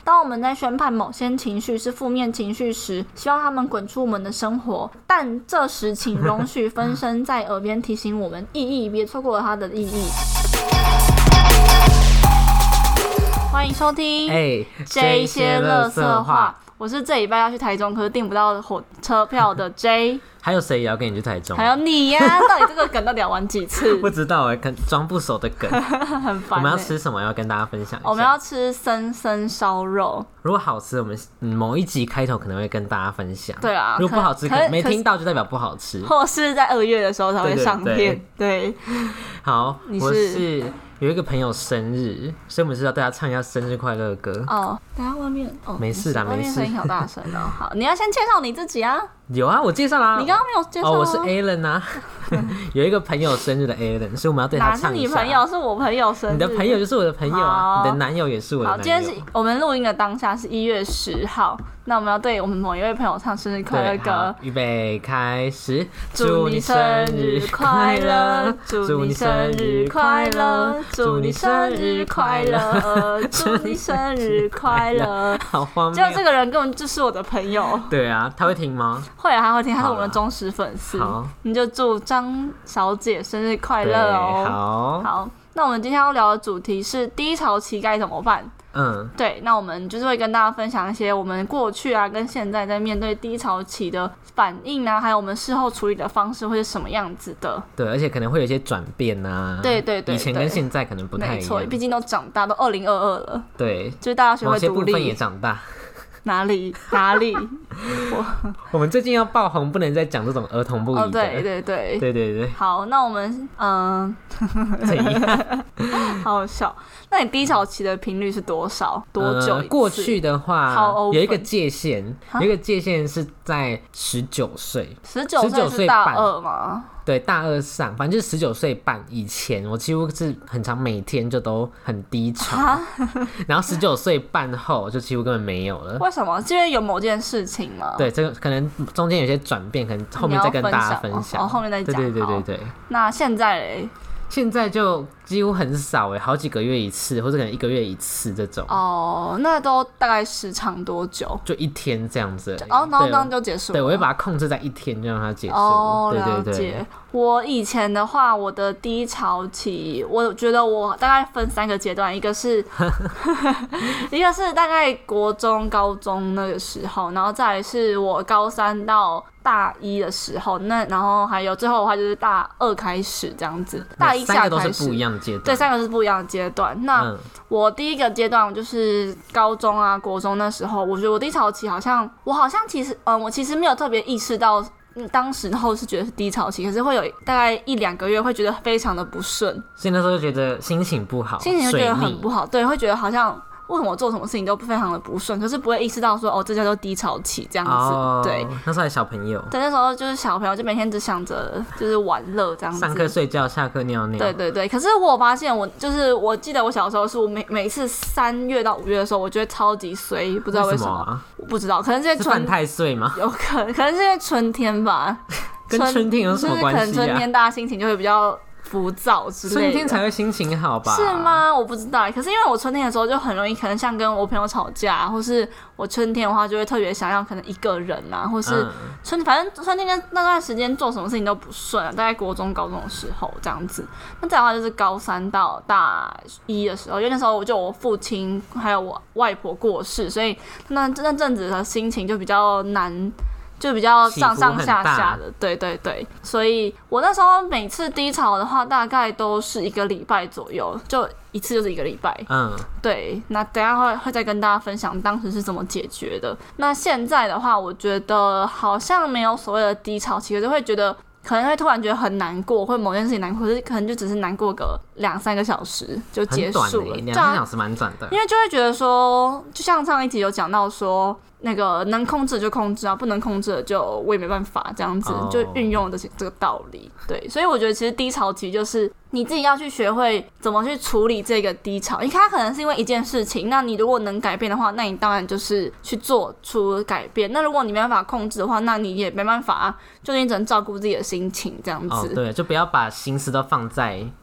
当我们在宣判某些情绪是负面情绪时，希望他们滚出我们的生活，但这时请容许分身在耳边提醒我们意义，别错过了它的意义。欢迎收听这些垃圾话，我是这礼拜要去台中，可是订不到火车票的 J。 还有谁也要跟你去台中？ 还有你呀、到底这个梗到底要玩几次？ 不知道装不熟的梗。 很烦。 我们要吃什么？要跟大家分享一下。 我们要吃森森烧肉。 如果好吃，我们某一集开头可能会跟大家分享。 对啊。 如果不好吃，可能没听到就代表不好吃， 或是在2月的时候才会上片。对。 好，我是有一个朋友生日，所以我们是要对他唱一下生日快乐歌。 哦，等下外面没事啦，没事。 外面声音好大声哦。好，你要先介绍你自己啊。 有啊，我介绍啦。 你刚刚没有介绍我是 Alan 啊。有一个朋友生日的 Alan， 所以我们要对他唱一下。 哪是你朋友？是我朋友生日。 你的朋友就是我的朋友啊，你的男友也是我的男友。 好，今天是我们录音的当下是1月10号，那我们要对我们某一位朋友唱生日快乐歌。 预备开始， 祝你生日快乐，祝你生日快乐，祝你生日快乐，祝你生日快乐。 好荒谬！ 结果这个人根本就是我的朋友。 对啊，他会听吗？ 会啊，他会听，他是我们的忠实粉丝。好，你就祝张小姐生日快乐哦。好，那我们今天要聊的主题是低潮期该怎么办？对，那我们就是会跟大家分享一些我们过去啊跟现在在面对低潮期的反应啊，还有我们事后处理的方式会是什么样子的。 对，而且可能会有一些转变啊。 对对对， 以前跟现在可能不太一样。 没错，毕竟都长大，都2022了。 对， 就是大家学会独立， 某些部分也长大。 哪里？ 我们最近要爆红，不能再讲这种儿童不宜的。 对对对对对对。 好，那我们怎样？ 好好笑。那你低潮期的频率是多少？多久一次？ 过去的话有一个界限，有一个界限是在19岁。 19岁是大2吗？ 对，大2上，反正就是19岁半以前，我几乎是很常每天就都很低潮，然后19岁半后就几乎根本没有了。 为什么？是因为有某件事情吗？ 对，这个可能中间有些转变，可能后面再跟大家分享。 后面再讲。 对对对对对。 那现在嘞？ 现在就几乎很少好几个月一次，或者可能1个月一次这种。 哦，那都大概时长多久？ 就1天这样子。 然后就结束了。 对，我会把它控制在1天，就让它结束。 哦， 对对对。 了解。我以前的话，我的低潮期，我觉得我大概分3个阶段，一个是大概国中、高中那个时候，然后再来是我高3到大1的时候，然后还有最后的话就是大2开始这样子，大1下开始。3个都是不一样的阶段。对，3个是不一样的阶段。那我第一个阶段就是高中啊、国中那时候，我觉得我低潮期我其实没有特别意识到。当时候是觉得是低潮期，可是会有大概1-2个月会觉得非常的不顺， 所以那时候就觉得心情不好， 心情就觉得很不好，对，会觉得好像为什么我做什么事情都非常的不顺，可是不会意识到说这叫做低潮期这样子。对， 那时候还小朋友， 对，那时候就是小朋友，就每天只想着就是玩乐这样子， 上课睡觉，下课尿尿。 对对对，可是我发现我记得我小时候是我每次3月到5月的时候，我觉得超级衰，不知道为什么，我不知道，可能是因为犯太岁吗？ 有可能是因为春天吧， 跟春天有什么关系啊？ 就是可能春天大家心情就会比较浮躁之类的。 春天才会心情好吧？ 是吗？我不知道。可是因为我春天的时候就很容易，可能像跟我朋友吵架，或是我春天的话就会特别想要可能一个人啊，或是反正春天跟那段时间做什么事情都不顺啊。大概国中、高中的时候这样子。那再的话就是高3到大1的时候，因为那时候我父亲还有我外婆过世，所以那阵子的心情就比较难。就比较上上下下的，对对对，所以我那时候每次低潮的话，大概都是1个礼拜左右，就一次就是1个礼拜。对，那等一下会再跟大家分享当时是怎么解决的。那现在的话，我觉得好像没有所谓的低潮期，可是会觉得可能会突然觉得很难过，或某件事情难过，可是可能就只是难过个2-3个小时就结束了。 2-3小时蛮短的， 因为就会觉得说，就像上一集有讲到说。那个能控制就控制啊，不能控制的就我也没办法，这样子就运用这个道理。对，所以我觉得其实低潮期就是你自己要去学会怎么去处理这个低潮。你看，它可能是因为一件事情，那你如果能改变的话，那你当然就是去做出改变。那如果你没办法控制的话，那你也没办法啊，就你只能照顾自己的心情这样子。 对，就不要把心思都放在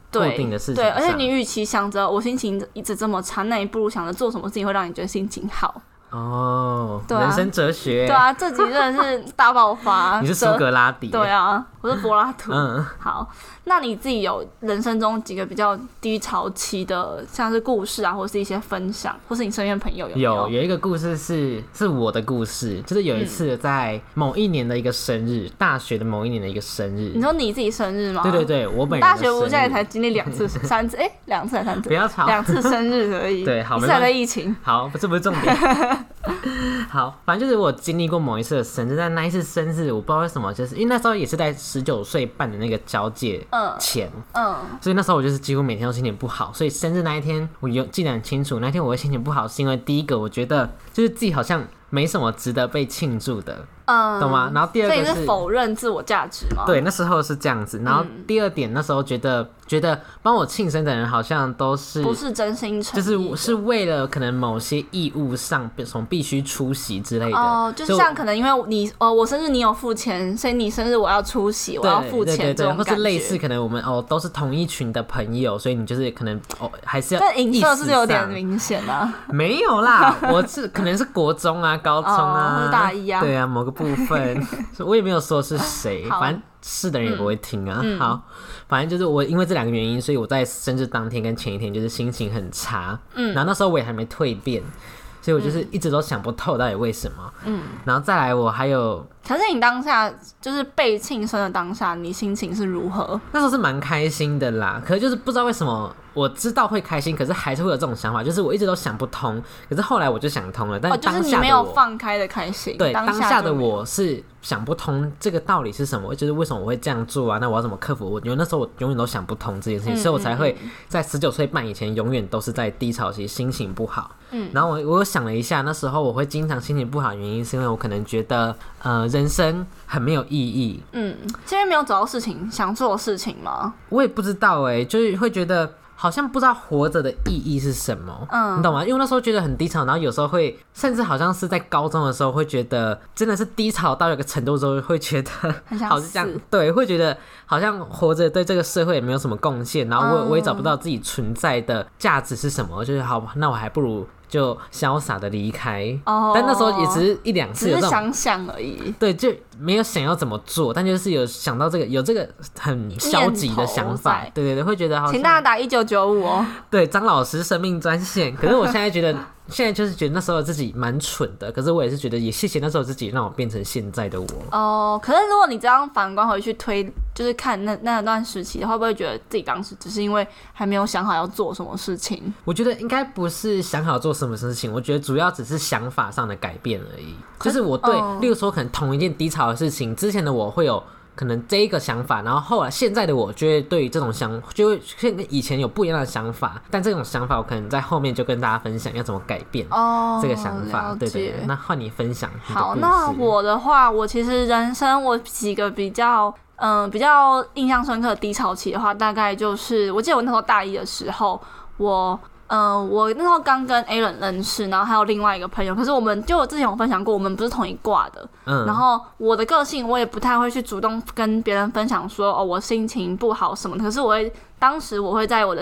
固定的事情对， 上。 而且你与其想着我心情一直这么差，那你不如想着做什么事情会让你觉得心情好。 哦， 对啊， 人生哲学。 对啊，这集真的是大爆发。 你是苏格拉底。 对啊，我是柏拉图。好，那你自己有人生中几个比较低潮期的，像是故事啊，或是一些分享，或是你身边朋友有没有？ 有一个故事是我的故事，就是有一次在某一年的一个生日，大学的某一年的一个生日。 你说你自己生日吗？ 对对对，我本人的大学我现在才经历2次、3次，2次还是3次？ 不要吵 ，2次生日而已。 对，好， 一次还在疫情。 好，这不是重点。好，反正就是我经历过某一次的生日，但那一次生日我不知道为什么，就是因为那时候也是在19岁半的那个交界前，所以那时候我就是几乎每天都心情不好，所以生日那一天我记得很清楚，那天我会心情不好是因为第一个我觉得就是自己好像没什么值得被庆祝的。懂吗？然后第二个所以是否认自我价值吗？ 对，那时候是这样子。然后第二点，那时候觉得帮我庆生的人好像都是不是真心诚意， 就是为了可能某些义务上什么必须出席之类的。 哦，就是像可能因为你我生日你有付钱，所以你生日我要出席，我要付钱这种感觉。 或是类似可能我们都是同一群的朋友，所以你就是可能还是要。 这影射是有点明显啊。 没有啦，我是可能是国中啊、高中啊， 或是大一啊， 对啊，某个部分。我也没有说是谁，反正是的人也不会听啊。好，反正就是我因为这2个原因，所以我在生日当天跟前一天就是心情很差。然后那时候我也还没蜕变，所以我就是一直都想不透到底为什么。然后再来我还有。 可是你当下就是被庆生的当下，你心情是如何？ 那时候是蛮开心的啦，可是就是不知道为什么，我知道会开心，可是还是会有这种想法，就是我一直都想不通。可是后来我就想通了，但当下的我， 就是你没有放开的开心。 对，当下的我是想不通这个道理是什么，就是为什么我会这样做啊？那我要怎么克服？我那时候我永远都想不通这件事情，所以我才会在19岁半以前永远都是在低潮期，心情不好。然后我想了一下，那时候我会经常心情不好的原因是因为我可能觉得人生很没有意义。是因为没有找到想做的事情吗？ 我也不知道就是会觉得好像不知道活着的意义是什么。你懂吗？因为那时候觉得很低潮，然后有时候会甚至好像是在高中的时候会觉得真的是低潮到一个程度之后会觉得好像对，会觉得好像活着对这个社会也没有什么贡献，然后我也找不到自己存在的价值是什么，就是好，那我还不如就潇洒的离开。但那时候也只是1-2次有这种， 只是想想而已。 对，就没有想要怎么做，但就是有想到有这个很消极的想法。对对对，会觉得好像。 请大家打1995哦。 对，张老师生命专线。可是我现在觉得。现在就是觉得那时候自己蛮蠢的，可是我也是觉得也谢谢那时候自己让我变成现在的我。 可是如果你这样反观回去推，就是看那段时期，会不会觉得自己当时只是因为还没有想好要做什么事情？ 我觉得应该不是想好做什么事情，我觉得主要只是想法上的改变而已。就是我对，例如说可能同一件低潮的事情，之前的我会有。可能这一个想法，然后后来现在的我就会对于这种就会跟以前有不一样的想法，但这种想法我可能在后面就跟大家分享要怎么改变这个想法。对对对，那换你分享你的故事。 好，那我的话，我其实人生我几个比较印象深刻的低潮期的话，大概就是我记得我那时候大一的时候，我那时候刚跟 Alan 认识，然后还有另外一个朋友，可是我之前有分享过，我们不是同一挂的。然后我的个性我也不太会去主动跟别人分享说我心情不好什么的，可是当时我会在我的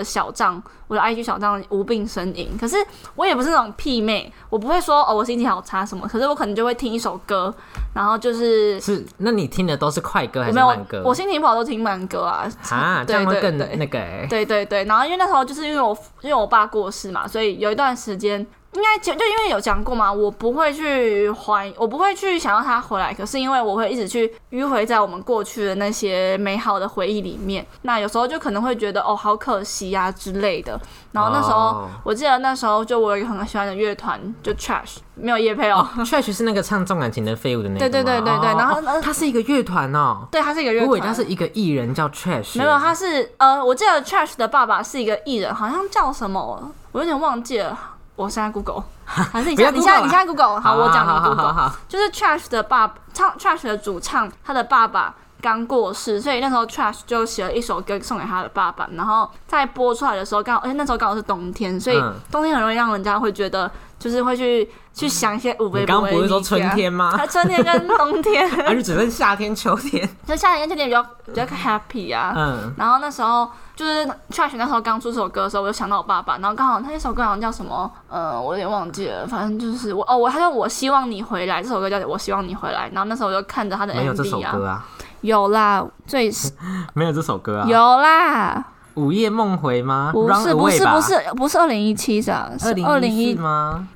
IG 小账无病呻吟，可是我也不是那种屁妹，我不会说我心情好差什么，可是我可能就会听一首歌，然后那你听的都是快歌还是慢歌？ 我心情不好都听慢歌啊。 这样会更那个对对对，然后因为那时候就是因为我爸过世嘛，所以有一段时间。应该就因为有讲过嘛，我不会去想要他回来，可是因为我会一直去迂回在我们过去的那些美好的回忆里面，那有时候就可能会觉得好可惜啊之类的。然后那时候我记得那时候就我有一个很喜欢的乐团，就 Trash， 没有业配 Trash 是那个唱重感情的废物的那个。 对对对对对，然后他是一个乐团哦。 对，他是一个乐团。 我以为他是一个艺人叫 Trash。 没有，他是我记得 Trash 的爸爸是一个艺人，好像叫什么，我有点忘记了。我现在 Google， 还是你现在 Google， 好，我讲你 Google， 就是 Trash 的唱 Trash 的主唱，他的爸爸刚过世，所以那时候 Trash 就写了一首歌送给他的爸爸，然后在播出来的时候而且那时候刚好是冬天，所以冬天很容易让人家会觉得就是会去想一些五味。 你刚刚不是说春天吗？ 春天跟冬天， 而且只剩夏天、秋天， 就夏天跟秋天比较 happy 啊。然后那时候就是 Trash 那时候刚出这首歌的时候，我就想到我爸爸，然后刚好他那首歌好像叫什么，我有点忘记了，反正就是他说我希望你回来，这首歌叫我希望你回来，然后那时候我就看着他的 MV 啊， 没有这首歌啊。 有啦， 没有这首歌啊。 有啦， 午夜梦回吗？ 不是2017的，是2014 吗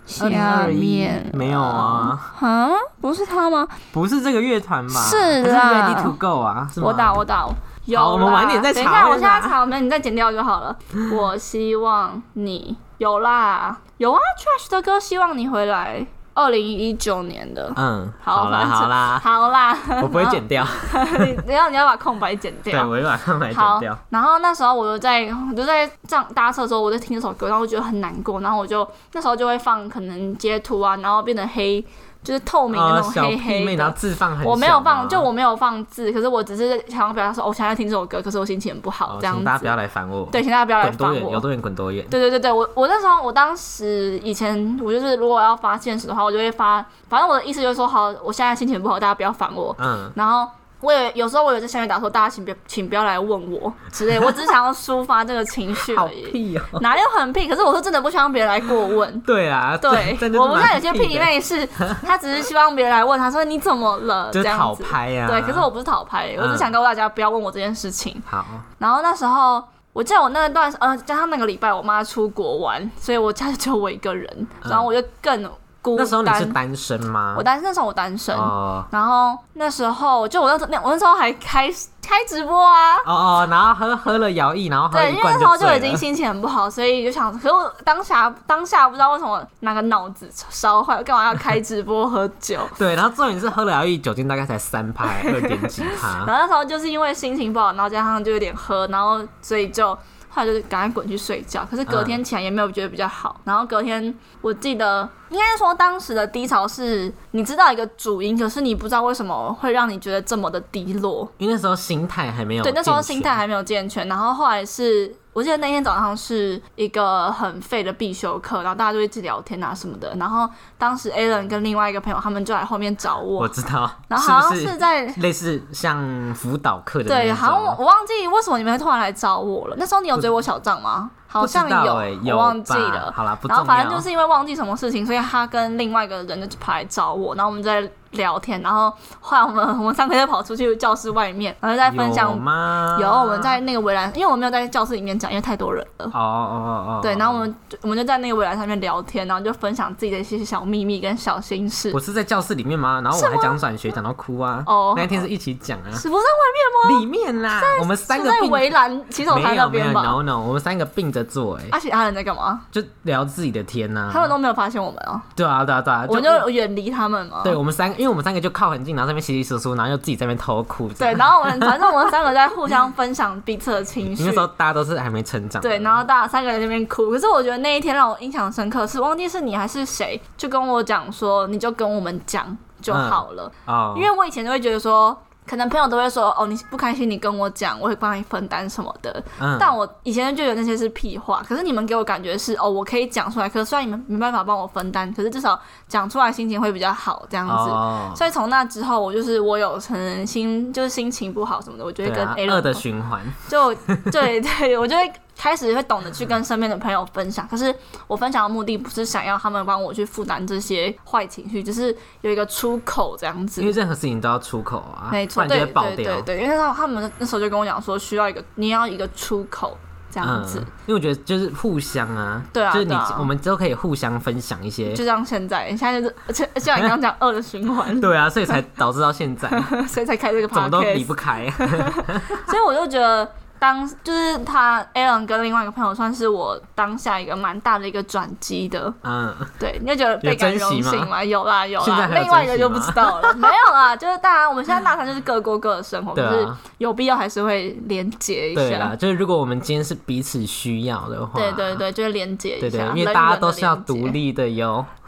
？2021 没有啊。 不是他吗？ 不是这个乐团吧？ 是啦， 是 Ready to Go 啊？是吗？ 我打。有啦， 好，我们晚点再查。 等一下，我现在查，你再剪掉就好了。我希望你有啦，有啊 ，Trash 的歌，希望你回来。2019年的， 好啦，我不会剪掉。 你要把空白剪掉。 对，我就把空白剪掉。 然后那时候我就在这样搭车的时候，我在听这首歌，然后我觉得很难过，然后我就那时候就会放可能截图啊，然后变得黑。就是透明的那种黑黑的， 然后字放很小。 我没有放字，可是我只是想要表达说，我现在听这首歌，可是我心情很不好，这样子。 请大家不要来烦我。 对，请大家不要来烦我。 有多远滚多远。 对，我当时以前我就是如果要发现实的话，我就会发，反正我的意思就是说，好，我现在心情不好，大家不要烦我。然后。有时候我有在下面打说，大家请不要来问我之类，我只是想要抒发这个情绪而已。 好屁哦！ 哪有很屁？可是我是真的不希望别人来过问。 对啊，对， 我不像有些屁妹是，他只是希望别人来问他说你怎么了， 就是讨拍啊。 对，可是我不是讨拍，我只想告诉大家不要问我这件事情。 好。 然后那时候我记得我那段加上那个礼拜我妈出国玩，所以我家就只有我一个人，然后我就更。 那时候你是单身吗？ 那时候我单身，然后那时候就我那时候还开直播啊， 然后喝了摇曳，然后喝一罐就醉了。对，因为那时候就已经心情很不好，所以就想，可是我当下不知道为什么那个脑子烧坏，干嘛要开直播喝酒？ 对，然后重点是喝了摇曳，酒精大概才3%、2.几%。 然后那时候就是因为心情不好，然后加上就有点喝，然后所以就。后来就是赶快滚去睡觉，可是隔天起来也没有觉得比较好。然后隔天我记得，应该说当时的低潮是，你知道一个主因，可是你不知道为什么会让你觉得这么的低落。 因为那时候心态还没有对，那时候心态还没有健全。然后后来是。我记得那天早上是一个很废的必修课，然后大家就一直聊天啊什么的。然后当时 Alan 跟另外一个朋友他们就来后面找我， 我知道。 然后好像是在类似像辅导课的那种。 对，好像我忘记为什么你们会突然来找我了。那时候你有追我小账吗？好像有，我忘记了。 好啦，不重要。 然后反正就是因为忘记什么事情，所以他跟另外一个人就跑来找我，然后我们在聊天。然后后来我们3个就跑出去教室外面，然后在分享。 有吗？ 有，我们在那个围栏，因为我没有在教室里面讲，因为太多人了。对，然后我们就在那个围栏上面聊天，然后就分享自己的一些小秘密跟小心事。 我是在教室里面吗？然后我还讲转学讲到哭啊。那一天是一起讲啊。 是不是在外面吗？ 里面啦，我们3个在围栏洗手台那边吧。 No， 我们3个并着坐。 其他人在干嘛？ 就聊自己的天啊。 他们都没有发现我们啊。 对啊， 我们就远离他们嘛。 对，因为我们3个就靠很近，然后在那边稀稀疏疏，然后又自己在那边偷哭。 对，然后反正我们3个在互相分享彼此的情绪。 那时候大家都是还没成长。 对，然后大家3个人在那边哭。可是我觉得那一天让我印象深刻，是忘记是你还是谁，就跟我讲说，你就跟我们讲就好了。因为我以前就会觉得说。可能朋友都会说你不开心你跟我讲，我会帮你分担什么的。但我以前就觉得那些是屁话，可是你们给我感觉是我可以讲出来，可是虽然你们没办法帮我分担，可是至少讲出来心情会比较好这样子。所以从那之后，我有可能就是心情不好什么的，我就会跟 A 恶的循环。 对，我就会。开始会懂得去跟身边的朋友分享，可是我分享的目的不是想要他们帮我去负担这些坏情绪，就是有一个出口这样子。因为任何事情都要出口啊， 没错， 对， 因为他们那时候就跟我讲说，你要一个出口这样子。 因为我觉得就是互相啊， 对啊， 就是我们都可以互相分享一些， 就像现在就是像你刚刚讲恶的循环， 对啊，所以才导致到现在， 所以才开这个 podcast， 怎么都离不开。 所以我就觉得。就是他 Alan 跟另外一个朋友算是我当下一个蛮大的一个转机的，对，你就觉得倍感荣幸吗？有啦，另外一个就不知道了，没有啦，就是我们现在大三就是各过各的生活，可是有必要还是会连结一下， 对啦，就是如果我们今天是彼此需要的话， 对，就会连结一下， 对，因为大家都是要独立的哟。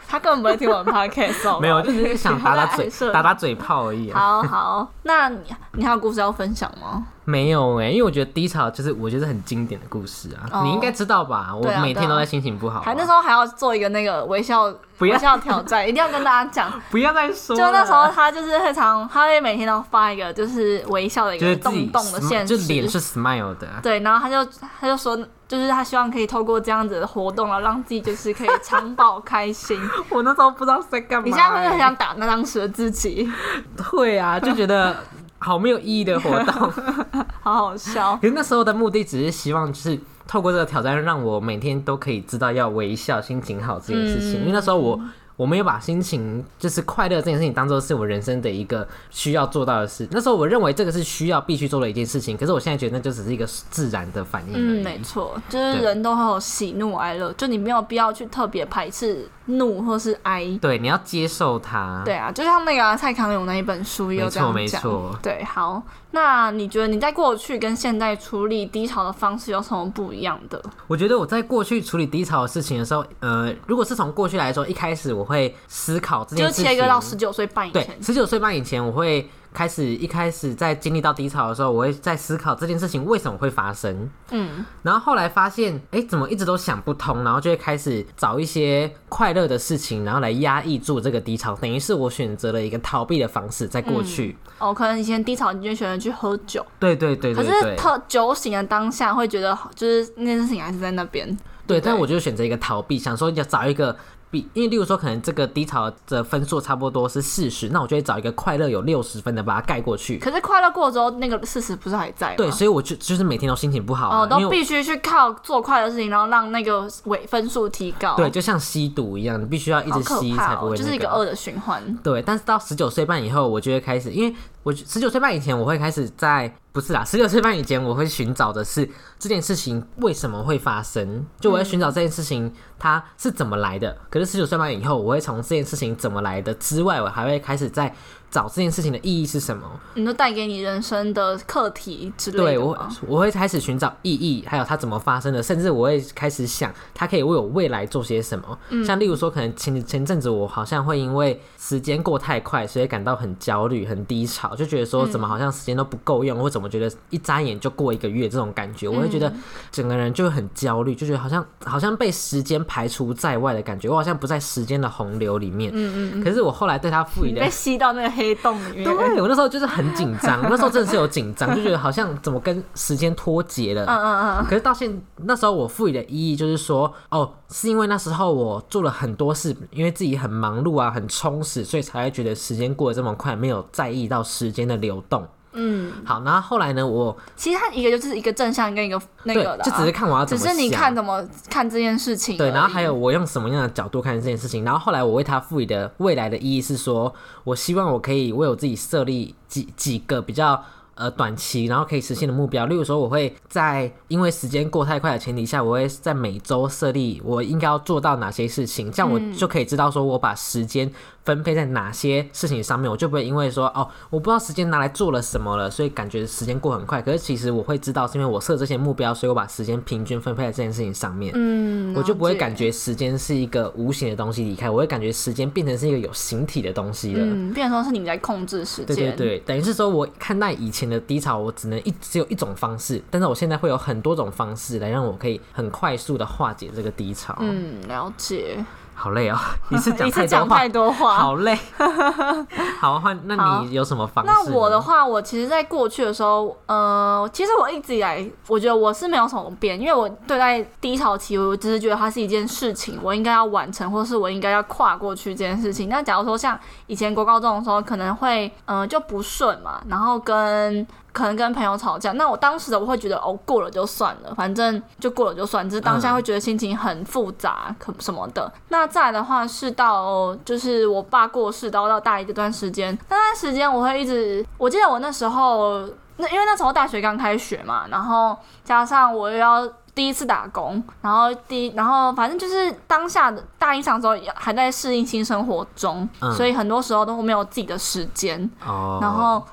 他根本不会听我的 podcast 没有，就只是想打打嘴炮而已好，那你还有故事要分享吗？ 没有因为我觉得低潮就是我觉得很经典的故事啊，你应该知道吧？我每天都在心情不好， 那时候还要做一个那个微笑挑战，一定要跟大家讲， 不要再说了。 就那时候他就是他会每天都发一个就是微笑的一个动的现实， 就脸是 smile 的， 对，然后他就说，就是他希望可以透过这样子的活动，然后让自己就是可以常保开心。 我那时候不知道在干嘛， 你现在会不会很想打那当时的自己？ 会啊，就觉得好没有意义的活动， 好好笑。 可是那时候的目的只是希望，就是透过这个挑战，让我每天都可以知道要微笑、心情好这件事情。因为那时候我没有把心情就是快乐这件事情当做是我人生的一个需要做到的事。那时候我认为这个是必须做的一件事情，可是我现在觉得那就只是一个自然的反应。 没错，就是人都会有喜怒哀乐，就你没有必要去特别排斥怒或是哀。 对，你要接受它。 对啊，就像那个蔡康永那一本书也有这样讲。 没错。对， 好，那你觉得你在过去跟现在处理低潮的方式有什么不一样的？ 我觉得我在过去处理低潮的事情的时候，如果是从过去来说，一开始我会思考这件事情， 就切割到19岁半以前。 对，19岁半以前，我会一开始在经历到低潮的时候，我会在思考这件事情为什么会发生。然后后来发现，怎么一直都想不通，然后就会开始找一些快乐的事情，然后来压抑住这个低潮。等于是我选择了一个逃避的方式，在过去。 可能以前低潮你就选择去喝酒。 对。 可是酒醒的当下会觉得，就是那件事情还是在那边。 对，但我就选择一个逃避，想说要找一个。因为例如说可能这个低潮的分数差不多是40，那我就会找一个快乐有60分的把它盖过去。 可是快乐过之后那个40不是还在吗？ 对，所以我就是每天都心情不好都必须去靠做快乐的事情，然后让那个分数提高。 对，就像吸毒一样，你必须要一直吸才不会就是一个恶的循环。 对，但是到19岁半以后，我就会开始，因为我19岁半以前我会开始不是啦，16岁半以前我会寻找的是这件事情为什么会发生，就我会寻找这件事情它是怎么来的。可是19岁半以后，我会从这件事情怎么来的之外，我还会开始在找这件事情的意义是什么。你都带给你人生的课题之类的吗？ 对，我会开始寻找意义，还有它怎么发生的，甚至我会开始想它可以为我未来做些什么。像例如说，可能前阵子我好像会因为时间过太快，所以感到很焦虑、很低潮，就觉得说怎么好像时间都不够用，或怎么觉得一眨眼就过1个月这种感觉，我会觉得整个人就很焦虑，就觉得好像被时间排除在外的感觉，我好像不在时间的洪流里面。可是我后来对它赋予的， 被吸到那个黑洞里面。 对，我那时候就是很紧张，那时候真的是有紧张，就觉得好像怎么跟时间脱节了。可是到那时候我赋予的意义就是说，是因为那时候我做了很多事，因为自己很忙碌啊，很充实，所以才会觉得时间过得这么快，没有在意到时间的流动。好，然后后来呢， 其实它一个就是一个正向跟一个那个的， 就只是看我要怎么想， 只是你看怎么看这件事情。 对，然后还有我用什么样的角度看这件事情。然后后来我为它赋予的未来的意义是说，我希望我可以为我自己设立几个比较短期然后可以实现的目标。例如说，我会在因为时间过太快的前提下，我会在每周设立我应该要做到哪些事情，这样我就可以知道说我把时间分配在哪些事情上面，我就不会因为说我不知道时间拿来做了什么了，所以感觉时间过很快。可是其实我会知道是因为我设这些目标，所以我把时间平均分配在这件事情上面。我就不会感觉时间是一个无形的东西离开，我会感觉时间变成是一个有形体的东西了。 变成说是你在控制时间。 对，等于是说我看待以前的低潮，我只有一种方式，但是我现在会有很多种方式来让我可以很快速的化解这个低潮。 了解。 好累哦，一次讲太多话，好累。好，那你有什么方式？ 那我的话，我其实在过去的时候，其实我一直以来，我觉得我是没有什么变，因为我对待低潮期，我只是觉得它是一件事情，我应该要完成，或是我应该要跨过去这件事情。那假如说像以前国高中的时候，可能会就不顺嘛，然后可能跟朋友吵架，那我当时我会觉得过了就算了，反正就过了就算，只是当下会觉得心情很复杂什么的。那再来的话是到就是我爸过世到大一这段时间，那段时间我记得我那时候因为那时候大学刚开学嘛，然后加上我又要第一次打工，然后反正就是当下的大一上的时候还在适应新生活中，所以很多时候都没有自己的时间。然后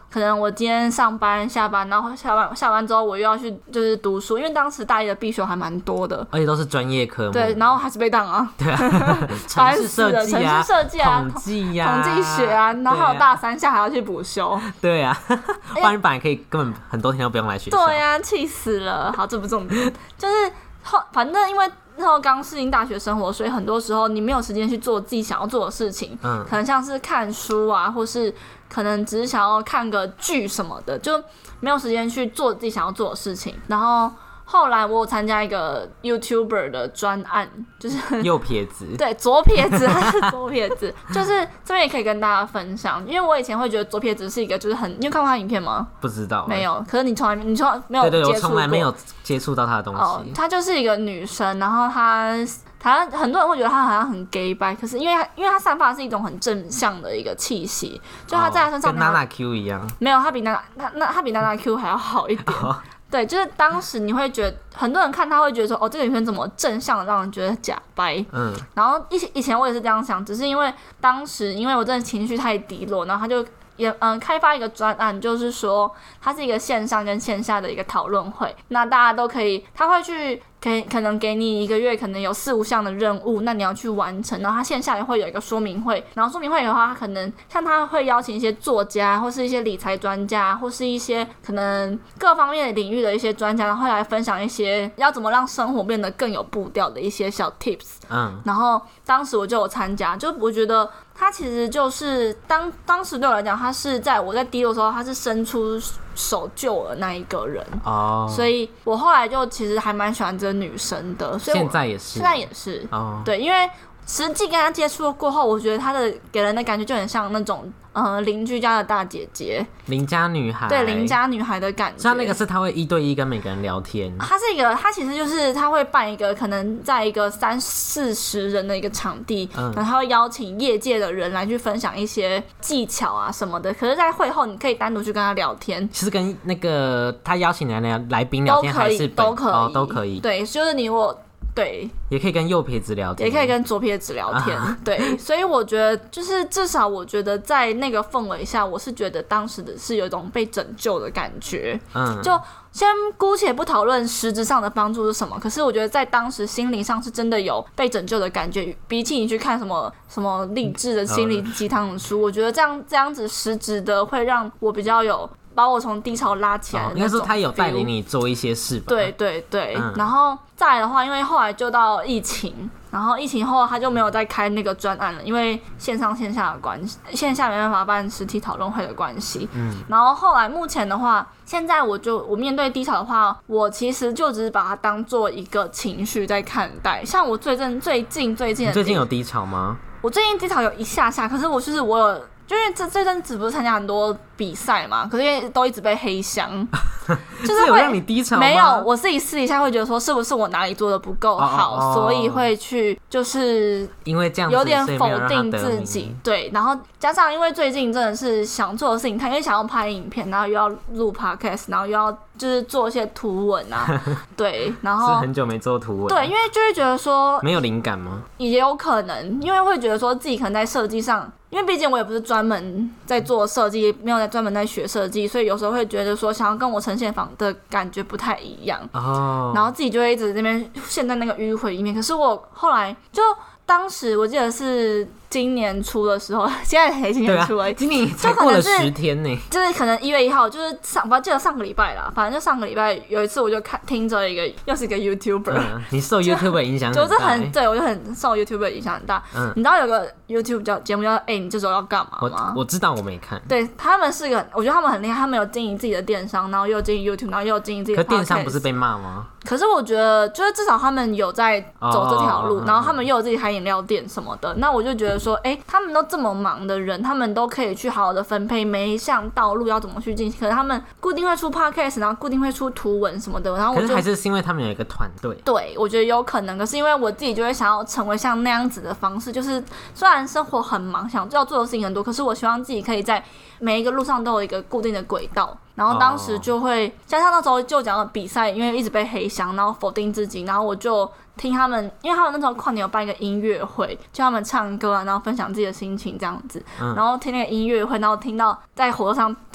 可能我今天上班下班，然后下班之后我又要去就是读书，因为当时大一的必修还蛮多的， 而且都是专业科目。 对，然后还是被当啊。 对啊，城市设计啊，统计呀， 统计学啊，然后还有大三下还要去补修。 对啊，不然你本来可以根本很多天都不用来学校。 对啊，气死了。好，这不重点，就是反正因为那时候刚适应大学生活，所以很多时候你没有时间去做自己想要做的事情，可能像是看书啊，或是可能只是想要看个剧什么的，就没有时间去做自己想要做的事情。然后后来我有参加一个 YouTuber 的专案，就是右撇子， 对，左撇子，他是左撇子，就是这边也可以跟大家分享，因为我以前会觉得左撇子是一个就是你有看过他的影片吗？ 不知道， 没有，可是你从来没有接触过， 对，我从来没有接触到他的东西。 她就是一个女生，然后她很多人会觉得她好像很 gay 掰，可是因为她散发的是一种很正向的一个气息，就她在她身上跟娜娜 Q 一样， 没有，她比娜娜 Q 还要好一点。对，就是当时你会觉得很多人看他会觉得说，哦，这个女生怎么正向的让人觉得假掰。然后以前我也是这样想，只是因为当时因为我真的情绪太低落，然后他就也开发一个专案，就是说它是一个线上跟线下的一个讨论会，那大家都可以，他会去可能给你1个月可能有4-5项的任务，那你要去完成，然后他线下也会有一个说明会，然后说明会的话，他可能像他会邀请一些作家或是一些理财专家或是一些可能各方面的领域的一些专家，然后会来分享一些要怎么让生活变得更有步调的一些小 tips。然后当时我就有参加，就我觉得他其实就是当时对我来讲，他是在我在低落的时候，他是伸出手救了那一个人。所以我后来就其实还蛮喜欢这个女生的，所以现在也是。对，因为实际跟她接触过后，我觉得她的给人的感觉就很像那种邻居家的大姐姐，邻家女孩，对，邻家女孩的感觉。 像那个是她会1对1跟每个人聊天， 她其实就是她会办一个可能在一个30-40人的一个场地，然后她会邀请业界的人来去分享一些技巧啊什么的。可是，在会后你可以单独去跟她聊天， 是跟那个她邀请来宾聊天，还是都可以？ 对，就是你我。对， 也可以跟右撇子聊天， 也可以跟左撇子聊天。对，所以我觉得就是至少我觉得在那个氛围下，我是觉得当时的是有一种被拯救的感觉。就先姑且不讨论实质上的帮助是什么，可是我觉得在当时心理上是真的有被拯救的感觉。比起你去看什么励志的心理鸡汤的书，我觉得这样子实质的会让我比较有把我从低潮拉起来的那种 feel。 应该说他有带领你做一些事吧。 对对对，然后再来的话，因为后来就到疫情，然后疫情后他就没有再开那个专案了，因为线上线下的关系，线下没办法办实体讨论会的关系。然后后来目前的话，现在我面对低潮的话，我其实就只是把它当做一个情绪在看待。像我最近你最近有低潮吗？ 我最近低潮有一下，可是我有。就因为这阵子不是参加很多比赛嘛，可是都一直被黑箱， 就是有让你低潮吗？ 没有，我自己私底下会觉得说，是不是我哪里做的不够好，所以会去就是因为这样子有点否定自己。对，然后加上因为最近真的是想做的事情，因为想要拍影片，然后又要录 podcast， 然后又要就是做一些图文啊，对，然后是很久没做图文， 对，因为就会觉得说没有灵感吗？ 也有可能，因为会觉得说自己可能在设计上。因为毕竟我也不是专门在做设计，没有在专门在学设计，所以有时候会觉得说想要跟我呈现的感觉不太一样，然后自己就会一直这边陷在那个迂回里面。可是我后来就当时我记得是今年初的时候，现在才今年初而已， 今年才过了10天呢， 就是可能1月1号，就是记得上个礼拜啦，反正就上个礼拜有一次我就听着又是一个 YouTuber， 你受 YouTuber 影响很大， 对，我就很受 YouTuber 影响很大。你知道有个 YouTube 节目叫你这周要干嘛吗？ 我知道，我没看。 对，他们是我觉得他们很厉害，他们有经营自己的电商，然后又有经营 YouTube， 然后又有经营自己的 podcast。 可电商不是被骂吗？ 可是我觉得，就是至少他们有在走这条路，然后他们又有自己开饮料店什么的。那我就觉得说，他们都这么忙的人，他们都可以去好好的分配每一项道路要怎么去进行。可是他们固定会出 podcast， 然后固定会出图文什么的。然后可是还是因为他们有一个团队。 对，我觉得有可能。可是因为我自己就会想要成为像那样子的方式，就是虽然生活很忙，想要做的事情很多，可是我希望自己可以在每一个路上都有一个固定的轨道。然后当时就会加上那时候就讲到比赛，因为一直被黑箱，然后否定自己，然后我就听他们，因为他们那时候跨年有办一个音乐会，叫他们唱歌啊，然后分享自己的心情这样子。然后听那个音乐会，然后听到在火车上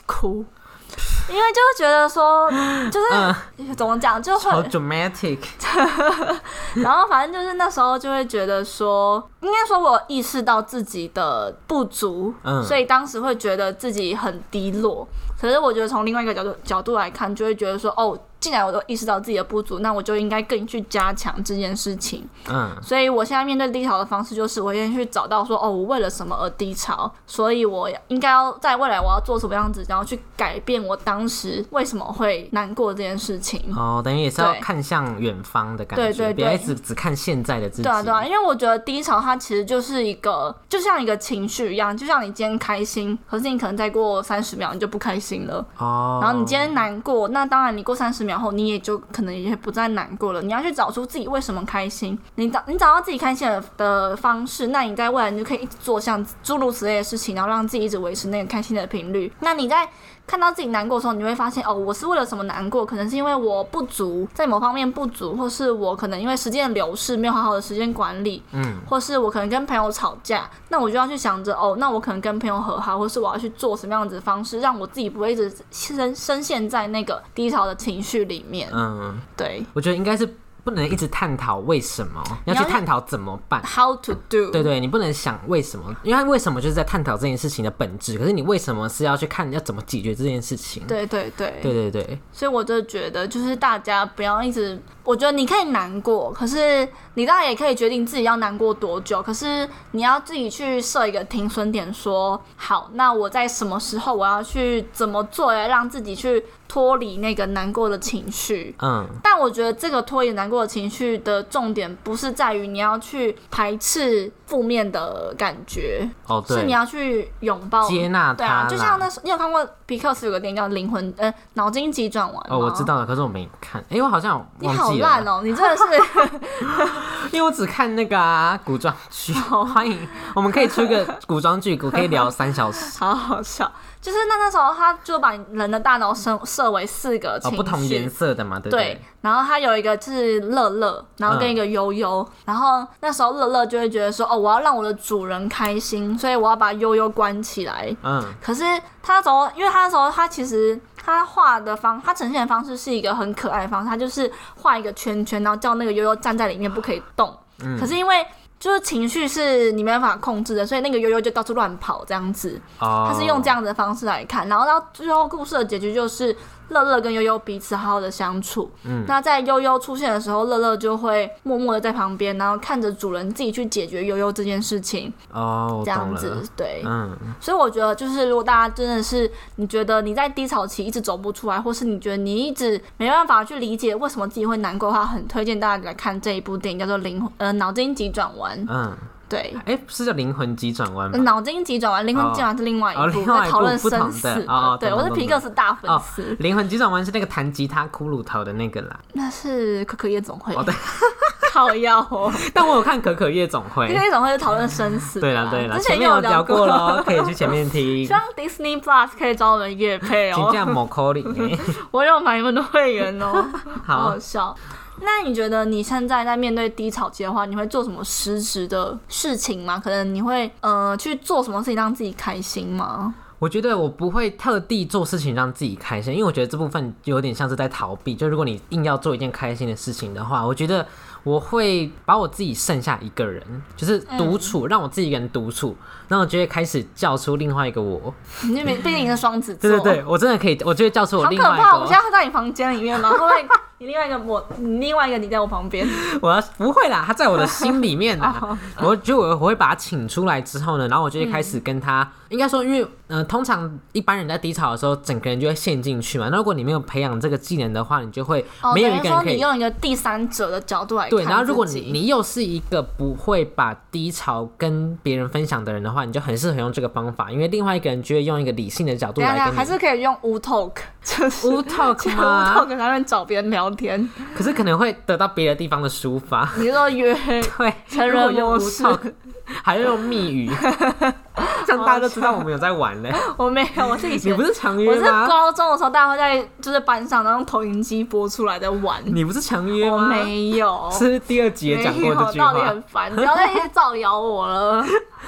哭。因为就会觉得说，就是怎么讲，就会好 dramatic。 然后反正就是那时候就会觉得说，应该说我有意识到自己的不足，所以当时会觉得自己很低落。可是我觉得从另外一个角度来看，就会觉得说，哦，既然我都意识到自己的不足，那我就应该更去加强这件事情。所以我现在面对低潮的方式就是，我先去找到说，哦，我为了什么而低潮，所以我应该要在未来我要做什么样子，然后去改变我当时为什么会难过这件事情。 等于也是要看向远方的感觉，对，不要一直只看现在的自己。 对啊，因为我觉得低潮它其实就是就像一个情绪一样，就像你今天开心，可是你可能再过30秒你就不开心了。然后你今天难过，那当然你过30秒后你也就可能也不再难过了。你要去找出自己为什么开心，你找到自己开心的方式，那你在未来你就可以一直做像诸如此类的事情，然后让自己一直维持那个开心的频率。那你在看到自己难过的时候，你会发现，哦，我是为了什么难过？可能是因为我不足，在某方面不足，或是我可能因为时间的流逝没有好好的时间管理，或是我可能跟朋友吵架，那我就要去想着，哦，那我可能跟朋友和好，或是我要去做什么样子的方式，让我自己不会一直深陷在那个低潮的情绪里面。对， 我觉得应该是不能一直探讨为什么，你要去探讨怎么办 ，How to do。 对，你不能想为什么，因为为什么就是在探讨这件事情的本质，可是你为什么是要去看要怎么解决这件事情。 对。所以我就觉得，就是大家不要一直，我觉得你可以难过，可是你当然也可以决定自己要难过多久，可是你要自己去设一个停损点，说好，那我在什么时候我要去怎么做来让自己去脱离那个难过的情绪。但我觉得这个脱离难过的情绪的重点不是在于你要去排斥负面的感觉，是你要去拥抱接纳它。 对啊，就像那时候你有看过皮克斯有个电影叫脑筋急转弯吗？ 我知道了，可是我没看。我好像你好烂哦，你真的是因为我只看那个古装剧。欢迎，我们可以出一个古装剧，我可以聊3小时。 好好笑。就是那时候他就把人的大脑设为4个情绪， 不同颜色的嘛，对不对？ 然后他有一个是乐乐，然后跟一个悠悠，然后那时候乐乐就会觉得说，哦，我要让我的主人开心，所以我要把悠悠关起来。可是他那时候，因为他那时候他其实他他呈现的方式是一个很可爱的方式，他就是画一个圈圈，然后叫那个悠悠站在里面不可以动。可是因为就是情绪是你没办法控制的，所以那个悠悠就到处乱跑这样子。他是用这样的方式来看，然后到最后故事的结局就是乐乐跟悠悠彼此好好的相处。那在悠悠出现的时候，乐乐就会默默的在旁边，然后看着主人自己去解决悠悠这件事情。这样子，对。所以我觉得就是如果大家真的是你觉得你在低潮期一直走不出来，或是你觉得你一直没办法去理解为什么自己会难过的话，很推荐大家来看这一部电影，叫做脑筋急转弯。对， 是叫灵魂急转弯吗？ 脑筋急转弯，灵魂急转弯是另外一部，在讨论生死。对，我是皮克斯大粉丝。 灵魂急转弯是那个弹吉他骷髅头的那个啦。 那是可可夜总会。对。靠腰哦！ 但我有看可可夜总会。可可夜总会是讨论生死。 对啦，前面有聊过咯，可以去前面听。 希望 Disney Plus 可以找我们业配哦。 请这样某口令。 我有买你们的会员哦，好好笑。那你觉得你现在在面对低潮期的话，你会做什么实质的事情吗？可能你会去做什么事情让自己开心吗？ 我觉得我不会特地做事情让自己开心，因为我觉得这部分有点像是在逃避。就如果你硬要做一件开心的事情的话，我觉得我会把我自己剩下一个人，就是独处，让我自己一个人独处，然后我就会开始叫出另外一个我。 你毕竟你是双子座， 对，我真的可以，我就会叫出我另外一个。 好可怕！我现在会在你房间里面吗？会不会你另外一个你在我旁边？ 不会啦，他在我的心里面啦。我会把他请出来之后呢，然后我就会开始跟他，应该说，因为通常一般人在低潮的时候，整个人就会陷进去嘛。那如果你没有培养这个技能的话，你就会没有一个人可以。 你用一个第三者的角度来看自己。 对，然后如果你又是一个不会把低潮跟别人分享的人的话，你就很适合用这个方法，因为另外一个人就会用一个理性的角度来跟你。 还是可以用无 talk， 就是无 talk 吗？ 无 talk 上面找别人聊天， 可是可能会得到别的地方的抒发。 你说约对成人模式， 还要用密语，这样大家都知道我们有在玩嘞。 我没有，我是以前你不是常约吗？ 我是高中的时候，大家会在就是班上，然后用投影机播出来的玩。 你不是常约吗？ 我没有， 是第2集也讲过这句话。 到底很烦，不要再一直造谣我了。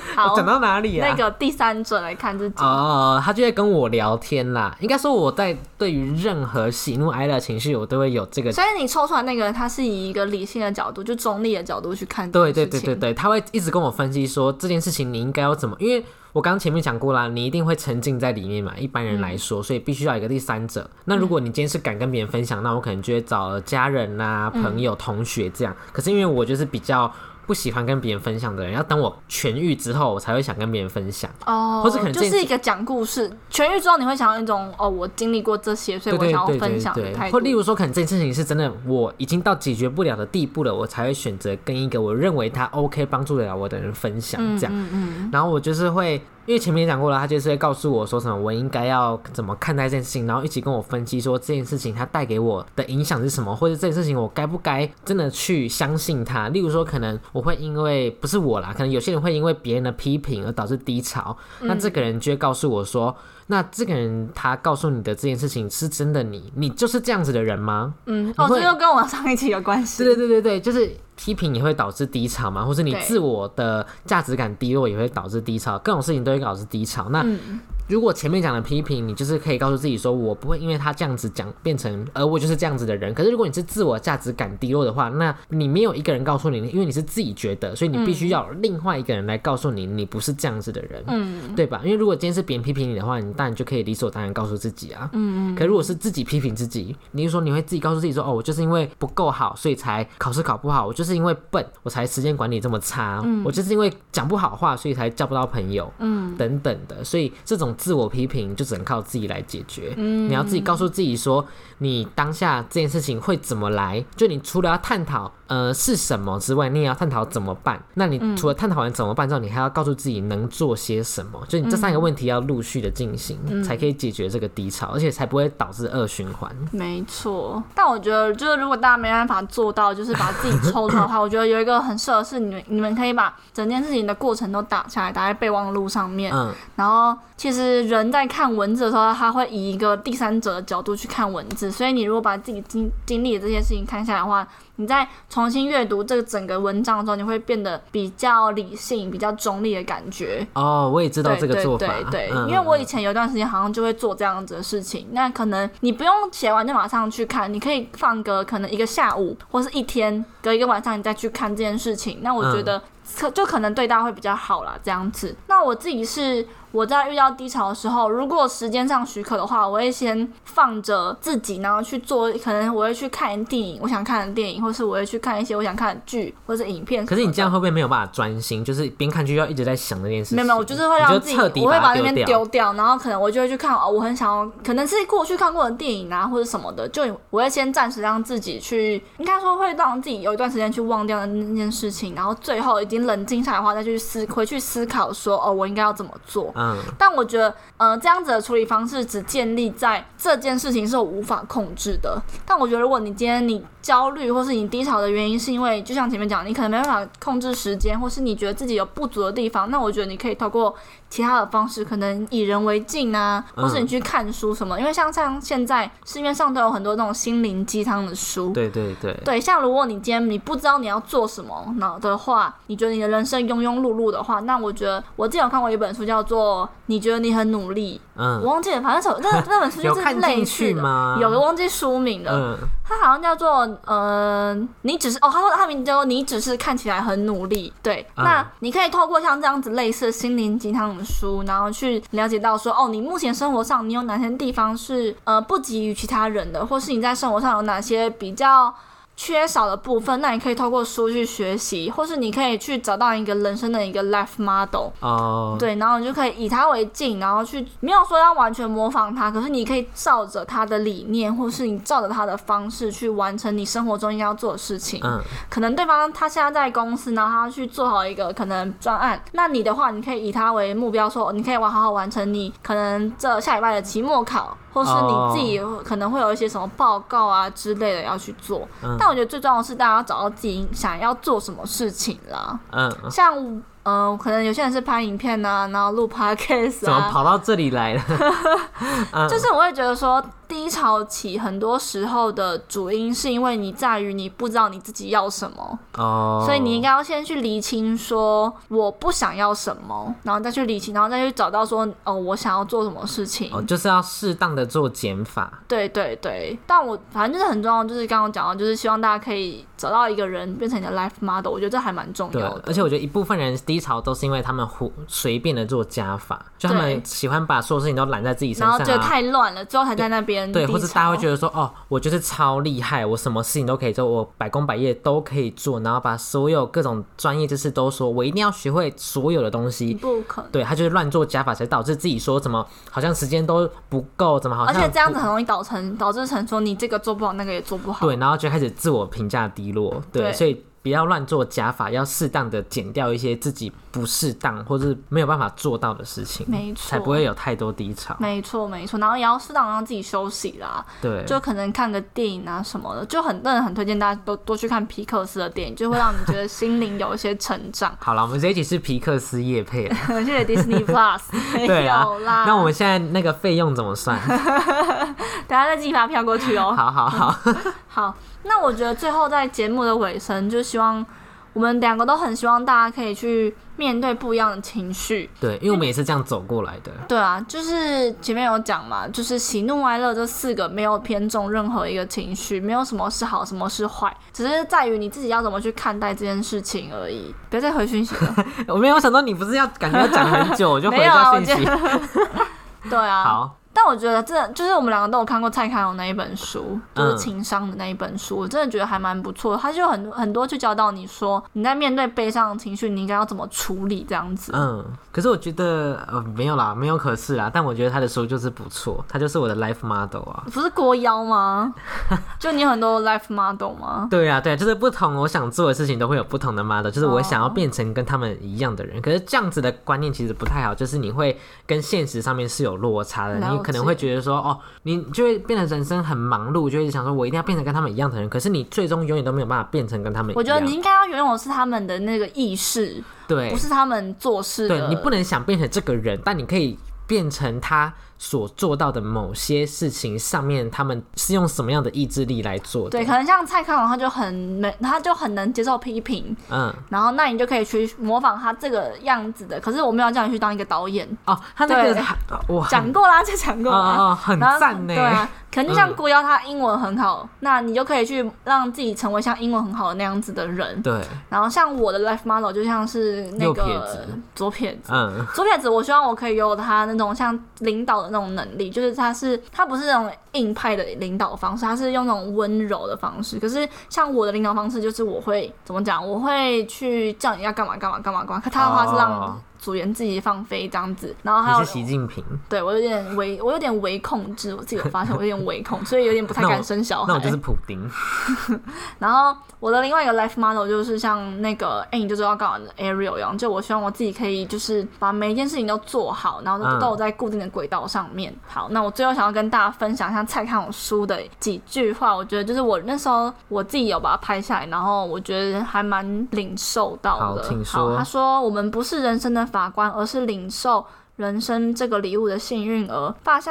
好， 讲到哪里啊？ 那个第三者来看自己他就会跟我聊天啦。应该说我在对于任何喜怒哀乐情绪，我都会有这个。 所以你抽出来那个人，他是以一个理性的角度，就中立的角度去看这件事情。 对，他会一直跟我分析说这件事情你应该要怎么，因为我刚刚前面讲过啦，你一定会沉浸在里面嘛，一般人来说，所以必须要有一个第三者。那如果你今天是敢跟别人分享，那我可能就会找家人啊、朋友、同学这样。可是因为我就是比较不喜欢跟别人分享的人，要等我痊愈之后，我才会想跟别人分享。或者可能就是一个讲故事，痊愈之后你会想要一种我经历过这些，所以我想要分享的态度。 或例如说，可能这件事情是真的我已经到解决不了的地步了，我才会选择跟一个我认为他 OK 帮助得了我的人分享这样。然后我就是会。因为前面也讲过了，他就是会告诉我说什么我应该要怎么看待这件事情，然后一起跟我分析说这件事情它带给我的影响是什么，或者这件事情我该不该真的去相信它。例如说可能我会因为不是我啦，可能有些人会因为别人的批评而导致低潮，那这个人就会告诉我说，那这个人他告诉你的这件事情是真的你就是这样子的人吗？ 这就跟我上一期有关系。 对，就是批评也会导致低潮嘛，或是你自我的价值感低落也会导致低潮，各种事情都会导致低潮。那如果前面讲的批评，你就是可以告诉自己说，我不会因为他这样子讲变成，我就是这样子的人。可是如果你是自我价值感低落的话，那你没有一个人告诉你，因为你是自己觉得，所以你必须要有另外一个人来告诉你，你不是这样子的人，对吧？因为如果今天是别人批评你的话，你当然就可以理所当然告诉自己啊。可如果是自己批评自己，你就说你会自己告诉自己说，我就是因为不够好，所以才考试考不好，我就是因为笨，我才时间管理这么差，我就是因为讲不好话，所以才交不到朋友，等等的。所以这种自我批评就只能靠自己来解决。你要自己告诉自己说，你当下这件事情会怎么来，就你除了要探讨是什么之外，你也要探讨怎么办。那你除了探讨完怎么办之后，你还要告诉自己能做些什么，就你这三个问题要陆续的进行，才可以解决这个低潮，而且才不会导致恶循环。 没错，但我觉得就是如果大家没办法做到就是把自己抽出来的话，我觉得有一个很适合是你们可以把整件事情的过程都打下来，打在备忘录上面。然后其实人在看文字的时候，他会以一个第三者的角度去看文字，所以你如果把自己经历的这些事情看下来的话，你在重新阅读这个整个文章的时候，你会变得比较理性、比较中立的感觉。 我也知道这个做法。 对，因为我以前有一段时间好像就会做这样子的事情。那可能你不用写完就马上去看，你可以放个可能一个下午或是一天，隔一个晚上你再去看这件事情。那我觉得就可能对大家会比较好啦，这样子。那我自己是我在遇到低潮的时候，如果时间上许可的话，我会先放着自己，然后去做，可能我会去看电影，我想看的电影，或是我会去看一些我想看的剧或是影片。 可是你这样会不会没有办法专心？就是边看剧要一直在想这件事情。 没有，我就是会让自己，我会把那边丢掉，然后可能我就会去看我很想要，可能是过去看过的电影啊，或者什么的，就我会先暂时让自己去，应该说会让自己有一段时间去忘掉那件事情，然后最后已经冷静下来的话，再去回去思考说，我应该要怎么做。但我觉得这样子的处理方式只建立在这件事情是我无法控制的。但我觉得如果你今天你焦虑或是你低潮的原因是因为就像前面讲，你可能没办法控制时间，或是你觉得自己有不足的地方，那我觉得你可以透过其他的方式，可能以人为镜啊，或是你去看书什么。因为像现在市面上都有很多那种心灵鸡汤的书。对，像如果你今天你不知道你要做什么的话，你觉得你的人生庸庸碌碌的话，那我觉得我之前有看过一本书叫做你觉得你很努力，我忘记了，反正那本书就是类似的，有忘记书名了。它好像叫做你只是他说它名字叫做你只是看起来很努力。对，那你可以透过像这样子类似的心灵鸡汤的书，然后去了解到说你目前生活上你有哪些地方是不及于其他人的，或是你在生活上有哪些比较缺少的部分，那你可以透过书去学习，或是你可以去找到一个人生的一个 life model。对，然后你就可以以它为镜，然后去没有说要完全模仿它，可是你可以照着它的理念，或是你照着它的方式去完成你生活中应该要做的事情。可能对方他现在在公司，然后他去做好一个可能专案，那你的话你可以以它为目标，说你可以好好完成你可能这下礼拜的期末考，或是你自己可能会有一些什么报告啊之类的要去做。但我觉得最重要的是大家要找到自己想要做什么事情啦。像可能有些人是拍影片啊，然后录 podcast 啊， 怎么跑到这里来了？ 就是我会觉得说，低潮期很多时候的主因是因为你在于你不知道你自己要什么，所以你应该要先去厘清说我不想要什么，然后再去厘清，然后再去找到说我想要做什么事情。 就是要适当的做减法。 对对对，但我反正就是很重要，就是刚刚讲到，就是希望大家可以找到一个人变成你的 life model， 我觉得这还蛮重要的。 而且我觉得一部分人低潮都是因为他们随便的做加法，就他们喜欢把所有事情都揽在自己身上， 然后觉得太乱了，最后才在那边对，或者大家会觉得说我就是超厉害，我什么事情都可以做，我百工百业都可以做，然后把所有各种专业知识都说我一定要学会所有的东西， 不可能。 对，他就是乱做加法，才导致自己说怎么好像时间都不够，怎么好像， 而且这样子很容易导致成说你这个做不好，那个也做不好， 对，然后就开始自我评价低落，对，所以不要乱做加法，要适当的减掉一些自己不适当或是没有办法做到的事情， 没错， 才不会有太多低潮。没错没错，然后也要适当让自己休息啦， 对， 就可能看个电影啊什么的，就真的很推荐大家多去看皮克斯的电影，就会让你觉得心灵有一些成长。 好了，我们这一集是皮克斯业配， 谢谢 Disney Plus 对啊，那我们现在那个费用怎么算？ 等一下再寄发票过去哦。好，那我觉得最后在节目的尾声，就希望我们两个都很希望大家可以去面对不一样的情绪。 对，因为我们也是这样走过来的。 对啊，就是前面有讲嘛，就是喜怒哀乐这4个没有偏重任何一个情绪，没有什么是好，什么是坏，只是在于你自己要怎么去看待这件事情而已。不要再回讯息了。 我没有想到你不是感觉要讲很久，我就回一下讯息。 对啊。 好。 但我觉得这就是我们两个都有看过蔡康永那一本书，就是情商的那一本书，我真的觉得还蛮不错的。他就有很多去教导你说，你在面对悲伤的情绪，你应该要怎么处理这样子。 可是我觉得没有啦，没有可是啦。但我觉得他的书就是不错，他就是我的 life model 啊。 不是国妖吗？就你有很多 life model 吗？ 对啊，就是不同我想做的事情都会有不同的 model， 就是我想要变成跟他们一样的人。可是这样子的观念其实不太好，就是你会跟现实上面是有落差的，你可能会觉得说你就会变得人生很忙碌，就一直想说我一定要变成跟他们一样的人，可是你最终永远都没有办法变成跟他们一样。 我觉得你应该要拥有的是他们的那个意识， 对， 不是他们做事的。 对，你不能想变成这个人，但你可以变成他所做到的某些事情上面，他们是用什么样的意志力来做的。 对，可能像蔡康永他就很能接受批评，然后那你就可以去模仿他这个样子的。可是我没有叫你去当一个导演他那个我讲过啦，就讲过啦， 很赞呢。 对啊，可能像国妖他英文很好，那你就可以去让自己成为像英文很好的那样子的人。 对， 然后像我的 life model 就像是那个左撇子，左撇子，我希望我可以有他那种像领导的那种能力，就是他不是那种硬派的领导方式，他是用那种温柔的方式。可是像我的领导方式，就是我会怎么讲？我会去叫你要干嘛干嘛干嘛干嘛。可他的话是让组员自己放飞这样子，然后还有你是习近平， 对我有点微控制，我自己有发现我有点微控，所以有点不太敢生小孩。 那我就是普丁。 然后我的另外一个 life model 就是像那个你就知道干嘛的 Ariel 一样，就我希望我自己可以就是把每一件事情都做好，然后都有在固定的轨道上面。好，那我最后想要跟大家分享一下蔡康永书的几句话，我觉得就是我那时候我自己有把它拍下来，然后我觉得还蛮领受到的。 好，请说。 好，他说我们不是人生的法官，而是领受人生这个礼物的幸运儿。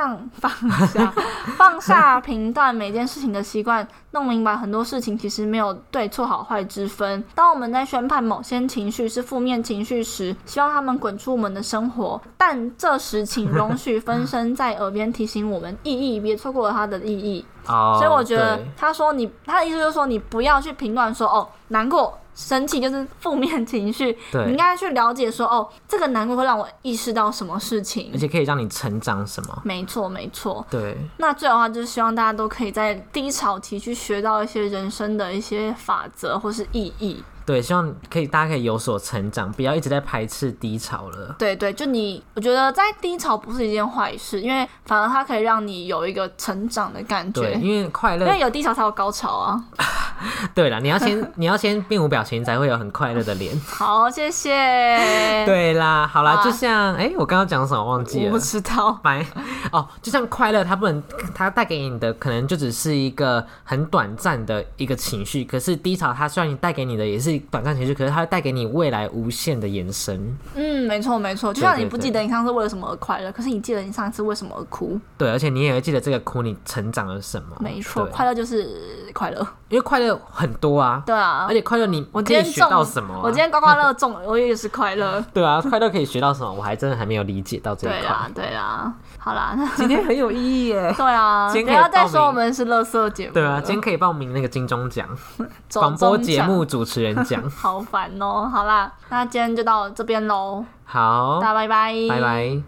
放下评断每件事情的习惯，弄明白很多事情其实没有对错好坏之分。当我们在宣判某些情绪是负面情绪时，希望他们滚出我们的生活，但这时请容许分身在耳边提醒我们意义，别错过了它的意义。所以我觉得他的意思就是说，你不要去评断说难过生气就是负面情绪，你应该去了解说这个难过会让我意识到什么事情， 而且可以让你成长什么。 没错没错。 对， 那最后的话就是希望大家都可以在低潮期去学到一些人生的一些法则或是意义。 对，希望大家可以有所成长，不要一直在排斥低潮了。 对，就我觉得在低潮不是一件坏事，因为反而它可以让你有一个成长的感觉。 对，因为快乐， 因为有低潮才有高潮啊。 对啦，你要先面无表情才会有很快乐的脸。 好，谢谢。 对啦，好啦，就像我刚刚讲什么忘记了， 我不知道。 就像快乐，它带给你的可能就只是一个很短暂的一个情绪，可是低潮它虽然带给你的也是短暂情绪，可是它会带给你未来无限的延伸。 没错没错，就像你不记得你上次为了什么而快乐，可是你记得你上次为什么而哭。 对，而且你也会记得这个哭你成长了什么。 没错，快乐就是快乐， 因为快乐很多啊。 对啊， 而且快乐你可以学到什么啊？ 我今天刮刮乐中了，我也是快乐。 对啊，快乐可以学到什么？我还真的还没有理解到这一块。 对啦，好啦， 今天很有意义耶。 对啊，不要再说我们是垃圾节目。 对啊，今天可以报名那个金钟奖广播节目主持人奖。 好烦哦。好啦，那今天就到这边喽。 好， 大家拜拜， 拜拜。